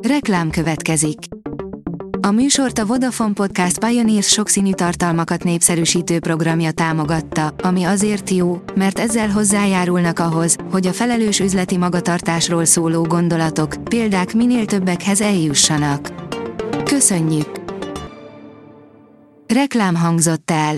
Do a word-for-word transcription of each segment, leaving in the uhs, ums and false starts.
Reklám következik. A műsort a Vodafone Podcast Pioneers sokszínű tartalmakat népszerűsítő programja támogatta, ami azért jó, mert ezzel hozzájárulnak ahhoz, hogy a felelős üzleti magatartásról szóló gondolatok, példák minél többekhez eljussanak. Köszönjük! Reklám hangzott el.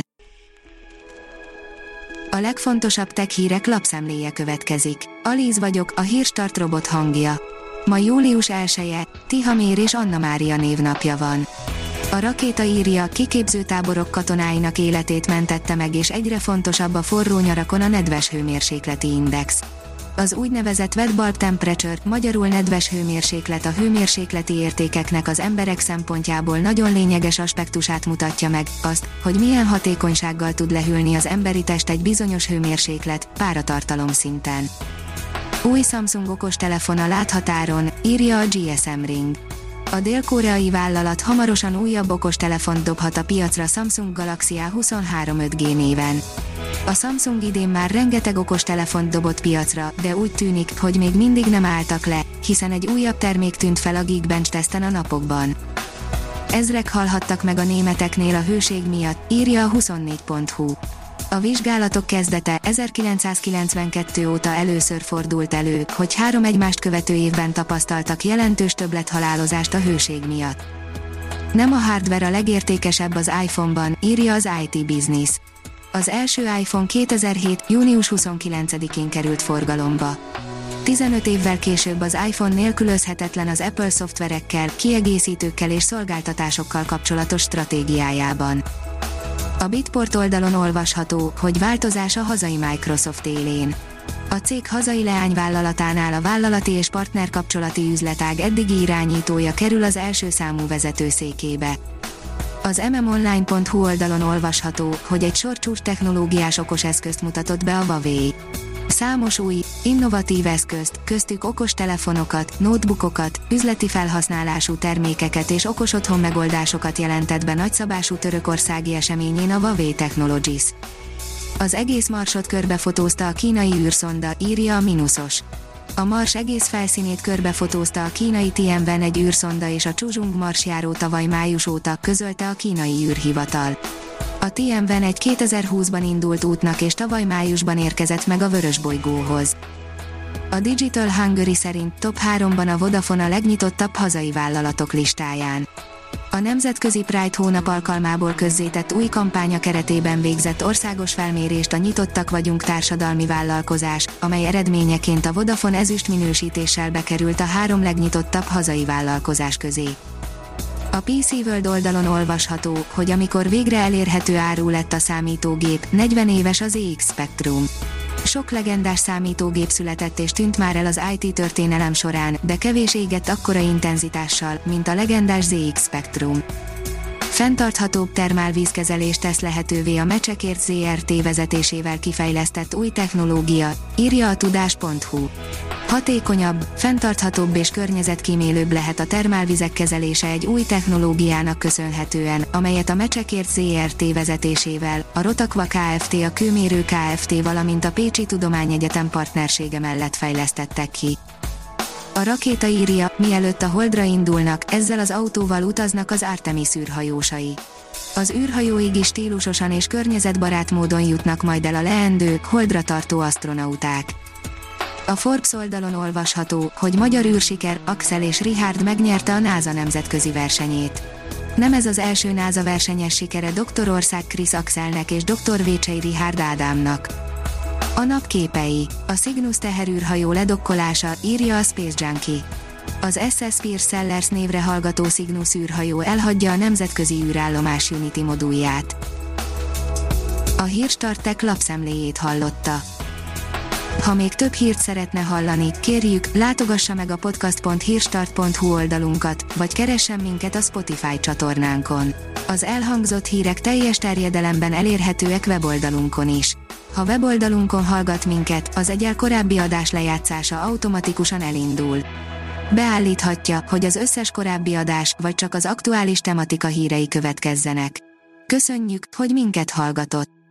A legfontosabb tech hírek lapszemléje következik. Alíz vagyok, a Hírstart robot hangja. Ma július elseje, Tihamér és Anna Mária névnapja van. A Rakéta írja, kiképzőtáborok katonáinak életét mentette meg, és egyre fontosabb a forró nyarakon a nedves hőmérsékleti index. Az úgynevezett wet bulb temperature, magyarul nedves hőmérséklet a hőmérsékleti értékeknek az emberek szempontjából nagyon lényeges aspektusát mutatja meg, azt, hogy milyen hatékonysággal tud lehűlni az emberi test egy bizonyos hőmérséklet, páratartalom szinten. Új Samsung okostelefon a láthatáron, írja a gé es em Ring. A dél-koreai vállalat hamarosan újabb okostelefont dobhat a piacra Samsung Galaxy á huszonhárom öt gé néven. A Samsung idén már rengeteg okostelefont dobott piacra, de úgy tűnik, hogy még mindig nem álltak le, hiszen egy újabb termék tűnt fel a Geekbench teszten a napokban. Ezrek halhattak meg a németeknél a hőség miatt, írja a huszonnégy pont hú. A vizsgálatok kezdete ezerkilencszázkilencvenkettő óta először fordult elő, hogy három egymást követő évben tapasztaltak jelentős többlethalálozást a hőség miatt. Nem a hardware a legértékesebb az iPhone-ban, írja az i té Business. Az első iPhone kétezer-hét. június huszonkilencedikén került forgalomba. tizenöt évvel később az iPhone nélkülözhetetlen az Apple szoftverekkel, kiegészítőkkel és szolgáltatásokkal kapcsolatos stratégiájában. A Bitport oldalon olvasható, hogy változás a hazai Microsoft élén. A cég hazai leányvállalatánál a vállalati és partnerkapcsolati üzletág eddigi irányítója kerül az első számú vezetőszékébe. Az em em online pont hú oldalon olvasható, hogy egy sor csúcs technológiás okos eszközt mutatott be a Huawei. Számos új, innovatív eszközt, köztük okostelefonokat, notebookokat, üzleti felhasználású termékeket és okos otthon megoldásokat jelentett be nagyszabású törökországi eseményén a Huawei Technologies. Az egész Marsot körbefotózta a kínai űrszonda, írja a Minusos. A Mars egész felszínét körbefotózta a kínai Tianwen egy űrszonda és a Chuzhung marsjáró tavaly május óta, közölte a kínai űrhivatal. A Tianwen egy kétezer-húszban indult útnak és tavaly májusban érkezett meg a Vörösbolygóhoz. A Digital Hungary szerint top háromban a Vodafone a legnyitottabb hazai vállalatok listáján. A nemzetközi Pride hónap alkalmából közzétett új kampánya keretében végzett országos felmérést a Nyitottak vagyunk társadalmi vállalkozás, amely eredményeként a Vodafone ezüst minősítéssel bekerült a három legnyitottabb hazai vállalkozás közé. A pé cé World oldalon olvasható, hogy amikor végre elérhető áru lett a számítógép, negyven éves az zé iksz Spectrum. Sok legendás számítógép született és tűnt már el az i té történelem során, de kevés égett akkora intenzitással, mint a legendás zé iksz Spectrum. Fenntarthatóbb termálvízkezelést tesz lehetővé a Mecsekért zé er té vezetésével kifejlesztett új technológia, írja a tudás pont hú. Hatékonyabb, fenntarthatóbb és környezetkímélőbb lehet a termálvizek kezelése egy új technológiának köszönhetően, amelyet a Mecsekért zé er té vezetésével, a Rotakva Kft., a Kőmérő Kft., valamint a Pécsi Tudományegyetem partnersége mellett fejlesztettek ki. A Rakéta írja, mielőtt a Holdra indulnak, ezzel az autóval utaznak az Artemis űrhajósai. Az űrhajóig is stílusosan és környezetbarát módon jutnak majd el a leendő, Holdra tartó asztronauták. A Forbes oldalon olvasható, hogy magyar űrsiker, Axel és Richard megnyerte a NASA nemzetközi versenyét. Nem ez az első NASA versenyes sikere doktor Ország Krisz Axelnek és doktor Vécsei Richard Ádámnak. A nap képei. A Cygnus teherűrhajó ledokkolása, írja a Space Junkie. Az es es Pierce Sellers névre hallgató Cygnus űrhajó elhagyja a nemzetközi űrállomás Unity modulját. A Hírstart Tech lapszemléjét hallotta. Ha még több hírt szeretne hallani, kérjük, látogassa meg a podcast pont hírstart pont hú oldalunkat, vagy keressen minket a Spotify csatornánkon. Az elhangzott hírek teljes terjedelemben elérhetőek weboldalunkon is. Ha weboldalunkon hallgat minket, az egyel korábbi adás lejátszása automatikusan elindul. Beállíthatja, hogy az összes korábbi adás, vagy csak az aktuális tematika hírei következzenek. Köszönjük, hogy minket hallgatott!